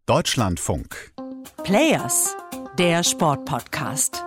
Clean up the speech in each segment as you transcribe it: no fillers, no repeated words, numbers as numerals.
Deutschlandfunk. Players, der Sportpodcast.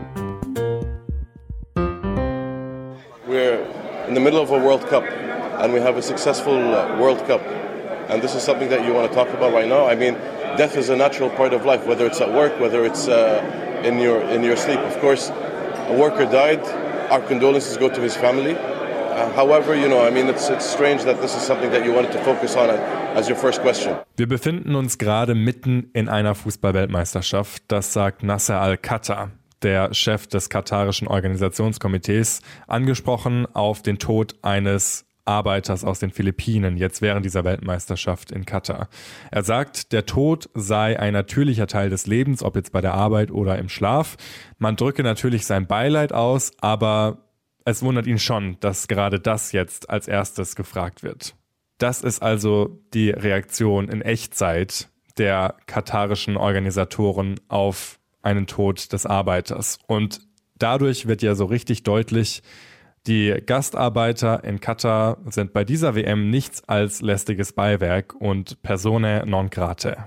We're in the middle of a World Cup and we have a successful World Cup. And this is something that you want to talk about right now. I mean, death is a natural part of life, whether it's at work, whether it's in your sleep. Of course, a worker died. Our condolences go to his family. However, it's strange that this is something that you wanted to focus on as your first question. Wir befinden uns gerade mitten in einer Fußball-Weltmeisterschaft. Das sagt Nasser Al-Khattah, der Chef des katarischen Organisationskomitees, angesprochen auf den Tod eines Arbeiters aus den Philippinen, jetzt während dieser Weltmeisterschaft in Katar. Er sagt, der Tod sei ein natürlicher Teil des Lebens, ob jetzt bei der Arbeit oder im Schlaf. Man drücke natürlich sein Beileid aus, aber es wundert ihn schon, dass gerade das jetzt als erstes gefragt wird. Das ist also die Reaktion in Echtzeit der katarischen Organisatoren auf einen Tod des Arbeiters. Und dadurch wird ja so richtig deutlich, die Gastarbeiter in Katar sind bei dieser WM nichts als lästiges Beiwerk und Personae non gratae.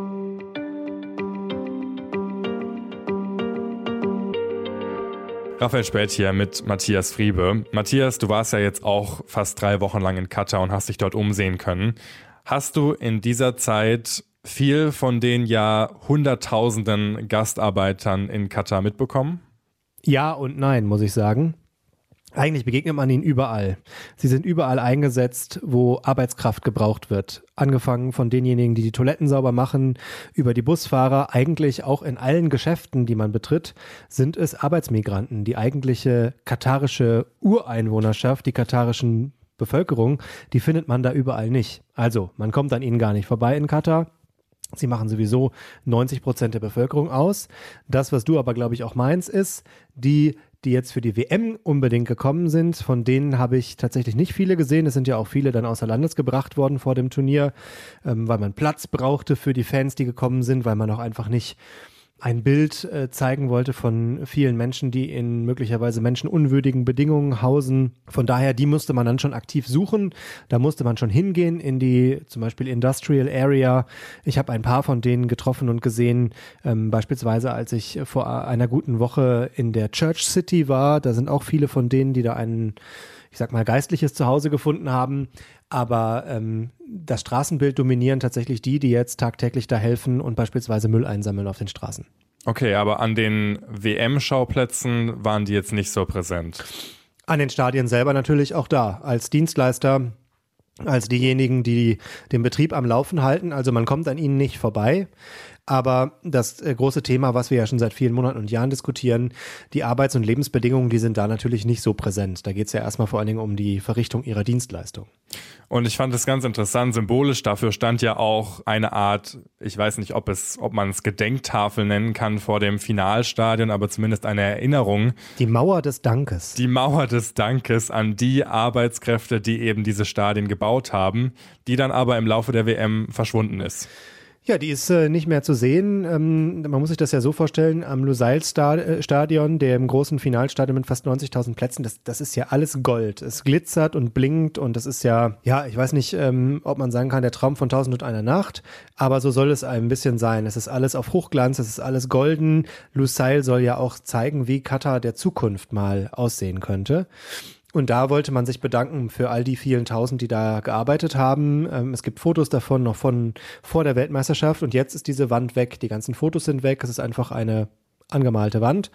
Raphael Späth hier mit Matthias Friebe. Matthias, du warst ja jetzt auch fast 3 Wochen lang in Katar und hast dich dort umsehen können. Hast du in dieser Zeit viel von den ja Hunderttausenden Gastarbeitern in Katar mitbekommen? Ja und nein, muss ich sagen. Eigentlich begegnet man ihnen überall. Sie sind überall eingesetzt, wo Arbeitskraft gebraucht wird. Angefangen von denjenigen, die die Toiletten sauber machen, über die Busfahrer. Eigentlich auch in allen Geschäften, die man betritt, sind es Arbeitsmigranten. Die eigentliche katarische Ureinwohnerschaft, die katarischen Bevölkerung, die findet man da überall nicht. Also, man kommt an ihnen gar nicht vorbei in Katar. Sie machen sowieso 90% der Bevölkerung aus. Das, was du aber, glaube ich, auch meinst, ist, die jetzt für die WM unbedingt gekommen sind, von denen habe ich tatsächlich nicht viele gesehen. Es sind ja auch viele dann außer Landes gebracht worden vor dem Turnier, weil man Platz brauchte für die Fans, die gekommen sind, weil man auch einfach nicht ein Bild zeigen wollte von vielen Menschen, die in möglicherweise menschenunwürdigen Bedingungen hausen. Von daher, die musste man dann schon aktiv suchen. Da musste man schon hingehen in die zum Beispiel Industrial Area. Ich habe ein paar von denen getroffen und gesehen, beispielsweise als ich vor einer guten Woche in der Church City war. Da sind auch viele von denen, die da ein, ich sag mal, geistliches Zuhause gefunden haben. Aber das Straßenbild dominieren tatsächlich die jetzt tagtäglich da helfen und beispielsweise Müll einsammeln auf den Straßen. Okay, aber an den WM-Schauplätzen waren die jetzt nicht so präsent? An den Stadien selber natürlich auch da, als Dienstleister, als diejenigen, die den Betrieb am Laufen halten. Also man kommt an ihnen nicht vorbei. Aber das große Thema, was wir ja schon seit vielen Monaten und Jahren diskutieren, die Arbeits- und Lebensbedingungen, die sind da natürlich nicht so präsent. Da geht es ja erstmal vor allen Dingen um die Verrichtung ihrer Dienstleistung. Und ich fand das ganz interessant, symbolisch dafür stand ja auch eine Art, ich weiß nicht, ob man es Gedenktafel nennen kann vor dem Finalstadion, aber zumindest eine Erinnerung. Die Mauer des Dankes. Die Mauer des Dankes an die Arbeitskräfte, die eben diese Stadien gebaut haben, die dann aber im Laufe der WM verschwunden ist. Ja, die ist nicht mehr zu sehen. Man muss sich das ja so vorstellen, am Lusail-Stadion, dem großen Finalstadion mit fast 90.000 Plätzen, das ist ja alles Gold. Es glitzert und blinkt und das ist ja, ich weiß nicht, ob man sagen kann, der Traum von 1001 Nacht, aber so soll es ein bisschen sein. Es ist alles auf Hochglanz, es ist alles golden. Lusail soll ja auch zeigen, wie Katar der Zukunft mal aussehen könnte. Und da wollte man sich bedanken für all die vielen Tausend, die da gearbeitet haben. Es gibt Fotos davon noch von vor der Weltmeisterschaft und jetzt ist diese Wand weg. Die ganzen Fotos sind weg. Es ist einfach eine angemalte Wand.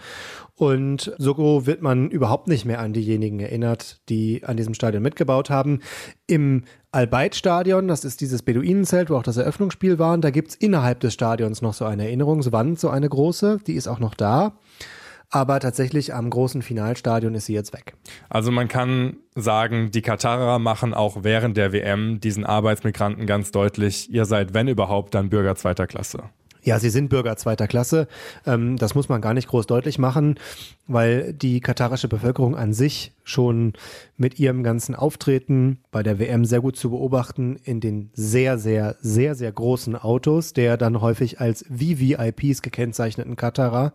Und so wird man überhaupt nicht mehr an diejenigen erinnert, die an diesem Stadion mitgebaut haben. Im Al-Bayt-Stadion, das ist dieses Beduinenzelt, wo auch das Eröffnungsspiel war, da gibt's innerhalb des Stadions noch so eine Erinnerungswand, so eine große. Die ist auch noch da. Aber tatsächlich am großen Finalstadion ist sie jetzt weg. Also man kann sagen, die Katarer machen auch während der WM diesen Arbeitsmigranten ganz deutlich, ihr seid, wenn überhaupt, dann Bürger zweiter Klasse. Ja, sie sind Bürger zweiter Klasse. Das muss man gar nicht groß deutlich machen, weil die katarische Bevölkerung an sich schon mit ihrem ganzen Auftreten bei der WM sehr gut zu beobachten in den sehr, sehr, sehr, sehr großen Autos, der dann häufig als VVIPs gekennzeichneten Katarer.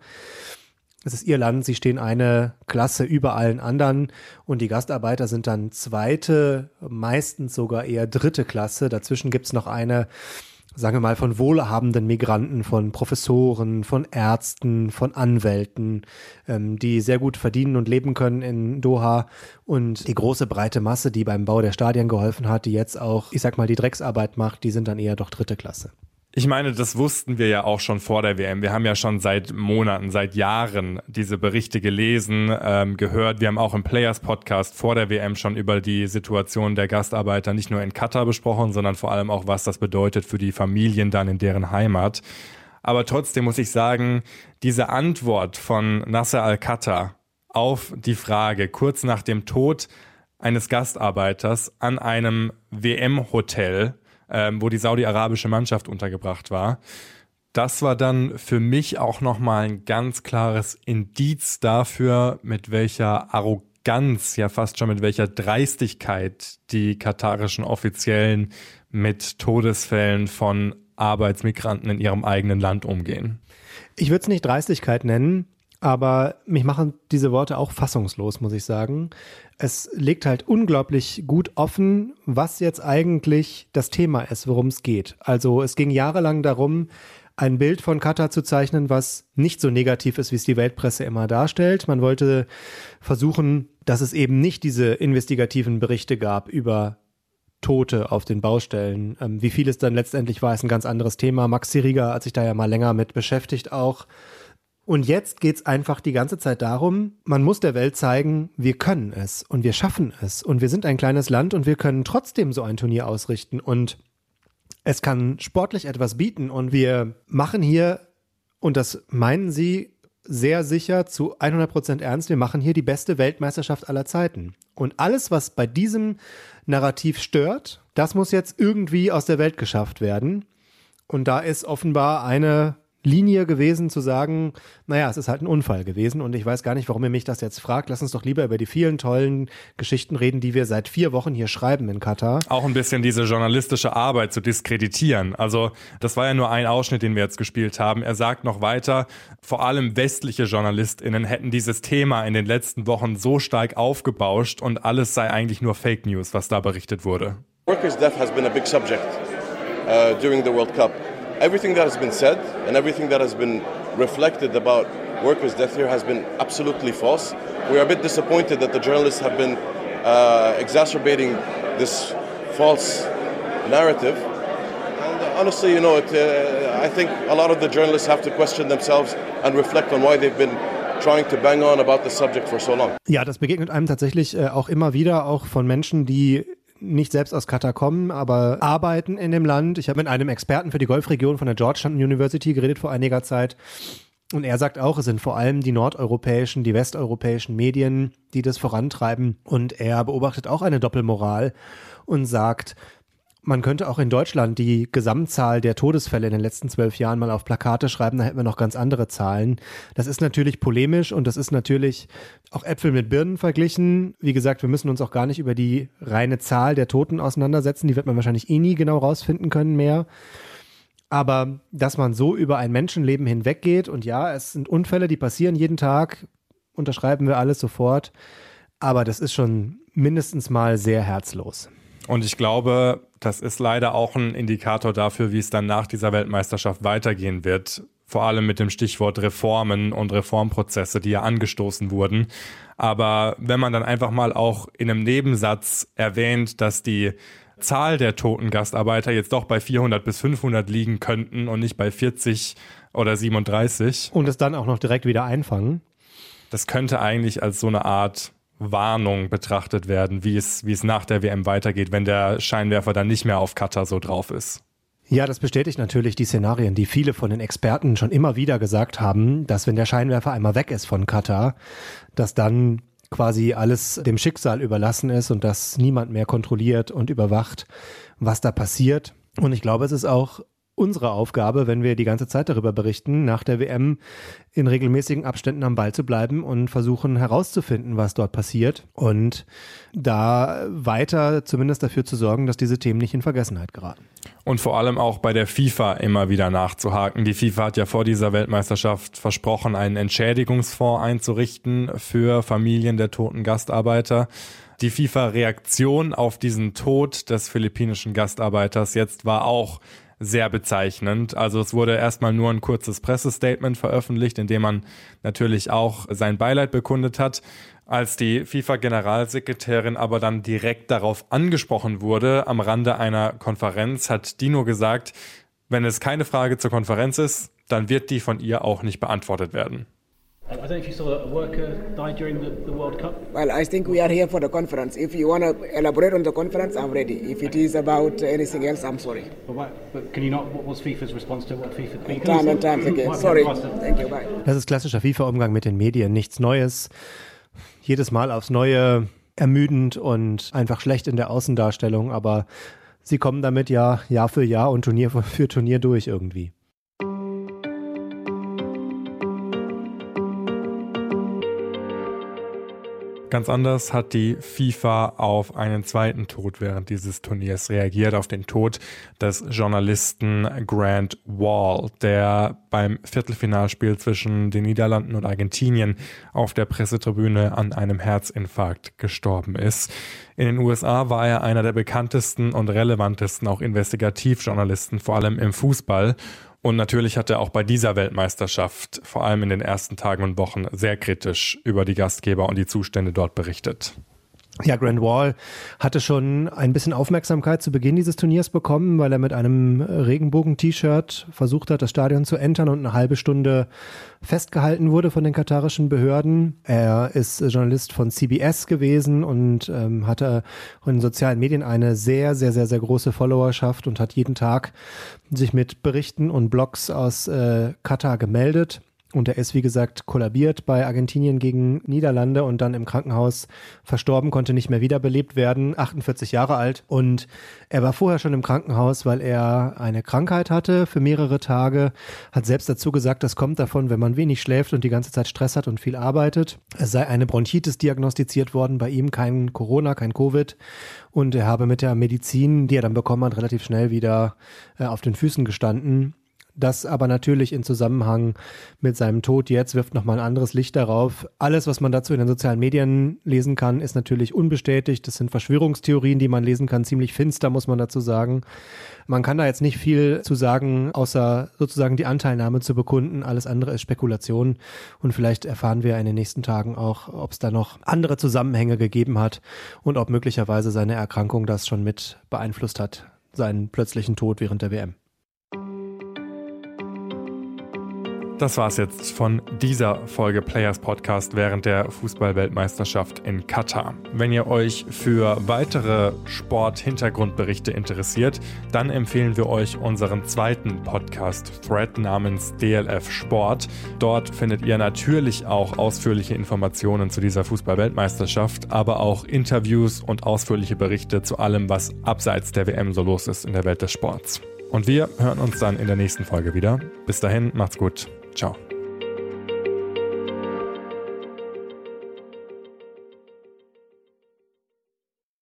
Es ist ihr Land, sie stehen eine Klasse über allen anderen und die Gastarbeiter sind dann zweite, meistens sogar eher dritte Klasse. Dazwischen gibt's noch eine sagen wir mal, von wohlhabenden Migranten, von Professoren, von Ärzten, von Anwälten, die sehr gut verdienen und leben können in Doha. Und die große breite Masse, die beim Bau der Stadien geholfen hat, die jetzt auch, ich sag mal, die Drecksarbeit macht, die sind dann eher doch dritte Klasse. Ich meine, das wussten wir ja auch schon vor der WM. Wir haben ja schon seit Monaten, seit Jahren diese Berichte gelesen, gehört. Wir haben auch im Players-Podcast vor der WM schon über die Situation der Gastarbeiter nicht nur in Katar besprochen, sondern vor allem auch, was das bedeutet für die Familien dann in deren Heimat. Aber trotzdem muss ich sagen, diese Antwort von Nasser Al-Khatta auf die Frage kurz nach dem Tod eines Gastarbeiters an einem WM-Hotel, wo die saudi-arabische Mannschaft untergebracht war. Das war dann für mich auch nochmal ein ganz klares Indiz dafür, mit welcher Arroganz, ja fast schon mit welcher Dreistigkeit die katarischen Offiziellen mit Todesfällen von Arbeitsmigranten in ihrem eigenen Land umgehen. Ich würde es nicht Dreistigkeit nennen, aber mich machen diese Worte auch fassungslos, muss ich sagen. Es legt halt unglaublich gut offen, was jetzt eigentlich das Thema ist, worum es geht. Also es ging jahrelang darum, ein Bild von Katar zu zeichnen, was nicht so negativ ist, wie es die Weltpresse immer darstellt. Man wollte versuchen, dass es eben nicht diese investigativen Berichte gab über Tote auf den Baustellen. Wie viel es dann letztendlich war, ist ein ganz anderes Thema. Max Ziriga hat sich da ja mal länger mit beschäftigt auch. Und jetzt geht's einfach die ganze Zeit darum, man muss der Welt zeigen, wir können es und wir schaffen es und wir sind ein kleines Land und wir können trotzdem so ein Turnier ausrichten und es kann sportlich etwas bieten und wir machen hier, und das meinen sie sehr sicher zu 100% ernst, wir machen hier die beste Weltmeisterschaft aller Zeiten. Und alles, was bei diesem Narrativ stört, das muss jetzt irgendwie aus der Welt geschafft werden. Und da ist offenbar eine Linie gewesen zu sagen, naja, es ist halt ein Unfall gewesen und ich weiß gar nicht, warum ihr mich das jetzt fragt. Lass uns doch lieber über die vielen tollen Geschichten reden, die wir seit 4 Wochen hier schreiben in Katar. Auch ein bisschen diese journalistische Arbeit zu diskreditieren. Also das war ja nur ein Ausschnitt, den wir jetzt gespielt haben. Er sagt noch weiter, vor allem westliche JournalistInnen hätten dieses Thema in den letzten Wochen so stark aufgebauscht und alles sei eigentlich nur Fake News, was da berichtet wurde. Workers' death has been a big subject during the World Cup. Everything that has been said and everything that has been reflected about workers' death here has been absolutely false. We are a bit disappointed that the journalists have been exacerbating this false narrative. And honestly, you know, I think a lot of the journalists have to question themselves and reflect on why they've been trying to bang on about the subject for so long. Ja, das begegnet einem tatsächlich auch immer wieder, auch von Menschen, die nicht selbst aus Katar kommen, aber arbeiten in dem Land. Ich habe mit einem Experten für die Golfregion von der Georgetown University geredet vor einiger Zeit. Und er sagt auch, es sind vor allem die nordeuropäischen, die westeuropäischen Medien, die das vorantreiben. Und er beobachtet auch eine Doppelmoral und sagt, man könnte auch in Deutschland die Gesamtzahl der Todesfälle in den letzten 12 Jahren mal auf Plakate schreiben, da hätten wir noch ganz andere Zahlen. Das ist natürlich polemisch und das ist natürlich auch Äpfel mit Birnen verglichen. Wie gesagt, wir müssen uns auch gar nicht über die reine Zahl der Toten auseinandersetzen, die wird man wahrscheinlich eh nie genau rausfinden können mehr. Aber dass man so über ein Menschenleben hinweggeht und ja, es sind Unfälle, die passieren jeden Tag, unterschreiben wir alles sofort, aber das ist schon mindestens mal sehr herzlos. Und ich glaube, das ist leider auch ein Indikator dafür, wie es dann nach dieser Weltmeisterschaft weitergehen wird. Vor allem mit dem Stichwort Reformen und Reformprozesse, die ja angestoßen wurden. Aber wenn man dann einfach mal auch in einem Nebensatz erwähnt, dass die Zahl der toten Gastarbeiter jetzt doch bei 400 bis 500 liegen könnten und nicht bei 40 oder 37. Und es dann auch noch direkt wieder einfangen. Das könnte eigentlich als so eine Art Warnung betrachtet werden, wie es nach der WM weitergeht, wenn der Scheinwerfer dann nicht mehr auf Katar so drauf ist. Ja, das bestätigt natürlich die Szenarien, die viele von den Experten schon immer wieder gesagt haben, dass wenn der Scheinwerfer einmal weg ist von Katar, dass dann quasi alles dem Schicksal überlassen ist und dass niemand mehr kontrolliert und überwacht, was da passiert. Und ich glaube, es ist auch unsere Aufgabe, wenn wir die ganze Zeit darüber berichten, nach der WM in regelmäßigen Abständen am Ball zu bleiben und versuchen herauszufinden, was dort passiert und da weiter zumindest dafür zu sorgen, dass diese Themen nicht in Vergessenheit geraten. Und vor allem auch bei der FIFA immer wieder nachzuhaken. Die FIFA hat ja vor dieser Weltmeisterschaft versprochen, einen Entschädigungsfonds einzurichten für Familien der toten Gastarbeiter. Die FIFA-Reaktion auf diesen Tod des philippinischen Gastarbeiters jetzt war auch sehr bezeichnend. Also es wurde erstmal nur ein kurzes Pressestatement veröffentlicht, in dem man natürlich auch sein Beileid bekundet hat. Als die FIFA-Generalsekretärin aber dann direkt darauf angesprochen wurde, am Rande einer Konferenz, hat die nur gesagt, wenn es keine Frage zur Konferenz ist, dann wird die von ihr auch nicht beantwortet werden. I don't know if you saw a worker die during the World Cup. Well, I think we are here for the conference. If you want to elaborate on the conference, I'm ready. If it is about anything else, I'm sorry. But can you not? What was FIFA's response to what FIFA? Time and time again. Sorry. Thank you. Bye. Das ist klassischer FIFA-Umgang mit den Medien. Nichts Neues. Jedes Mal aufs Neue ermüdend und einfach schlecht in der Außendarstellung. Aber sie kommen damit ja Jahr für Jahr und Turnier für Turnier durch irgendwie. Ganz anders hat die FIFA auf einen zweiten Tod während dieses Turniers reagiert, auf den Tod des Journalisten Grant Wahl, der beim Viertelfinalspiel zwischen den Niederlanden und Argentinien auf der Pressetribüne an einem Herzinfarkt gestorben ist. In den USA war er einer der bekanntesten und relevantesten, auch Investigativjournalisten, vor allem im Fußball. Und natürlich hat er auch bei dieser Weltmeisterschaft, vor allem in den ersten Tagen und Wochen, sehr kritisch über die Gastgeber und die Zustände dort berichtet. Ja, Grant Wahl hatte schon ein bisschen Aufmerksamkeit zu Beginn dieses Turniers bekommen, weil er mit einem Regenbogen-T-Shirt versucht hat, das Stadion zu entern und eine halbe Stunde festgehalten wurde von den katarischen Behörden. Er ist Journalist von CBS gewesen und hatte in sozialen Medien eine sehr, sehr, sehr, sehr große Followerschaft und hat jeden Tag sich mit Berichten und Blogs aus Katar gemeldet. Und er ist, wie gesagt, kollabiert bei Argentinien gegen Niederlande und dann im Krankenhaus verstorben, konnte nicht mehr wiederbelebt werden, 48 Jahre alt. Und er war vorher schon im Krankenhaus, weil er eine Krankheit hatte für mehrere Tage, hat selbst dazu gesagt, das kommt davon, wenn man wenig schläft und die ganze Zeit Stress hat und viel arbeitet. Es sei eine Bronchitis diagnostiziert worden, bei ihm kein Corona, kein Covid. Und er habe mit der Medizin, die er dann bekommen hat, relativ schnell wieder auf den Füßen gestanden. Das aber natürlich in Zusammenhang mit seinem Tod jetzt wirft nochmal ein anderes Licht darauf. Alles, was man dazu in den sozialen Medien lesen kann, ist natürlich unbestätigt. Das sind Verschwörungstheorien, die man lesen kann, ziemlich finster, muss man dazu sagen. Man kann da jetzt nicht viel zu sagen, außer sozusagen die Anteilnahme zu bekunden. Alles andere ist Spekulation und vielleicht erfahren wir in den nächsten Tagen auch, ob es da noch andere Zusammenhänge gegeben hat und ob möglicherweise seine Erkrankung das schon mit beeinflusst hat, seinen plötzlichen Tod während der WM. Das war's jetzt von dieser Folge Players Podcast während der Fußball-Weltmeisterschaft in Katar. Wenn ihr euch für weitere Sport-Hintergrundberichte interessiert, dann empfehlen wir euch unseren zweiten Podcast-Thread namens DLF Sport. Dort findet ihr natürlich auch ausführliche Informationen zu dieser Fußball-Weltmeisterschaft, aber auch Interviews und ausführliche Berichte zu allem, was abseits der WM so los ist in der Welt des Sports. Und wir hören uns dann in der nächsten Folge wieder. Bis dahin, macht's gut. Ciao.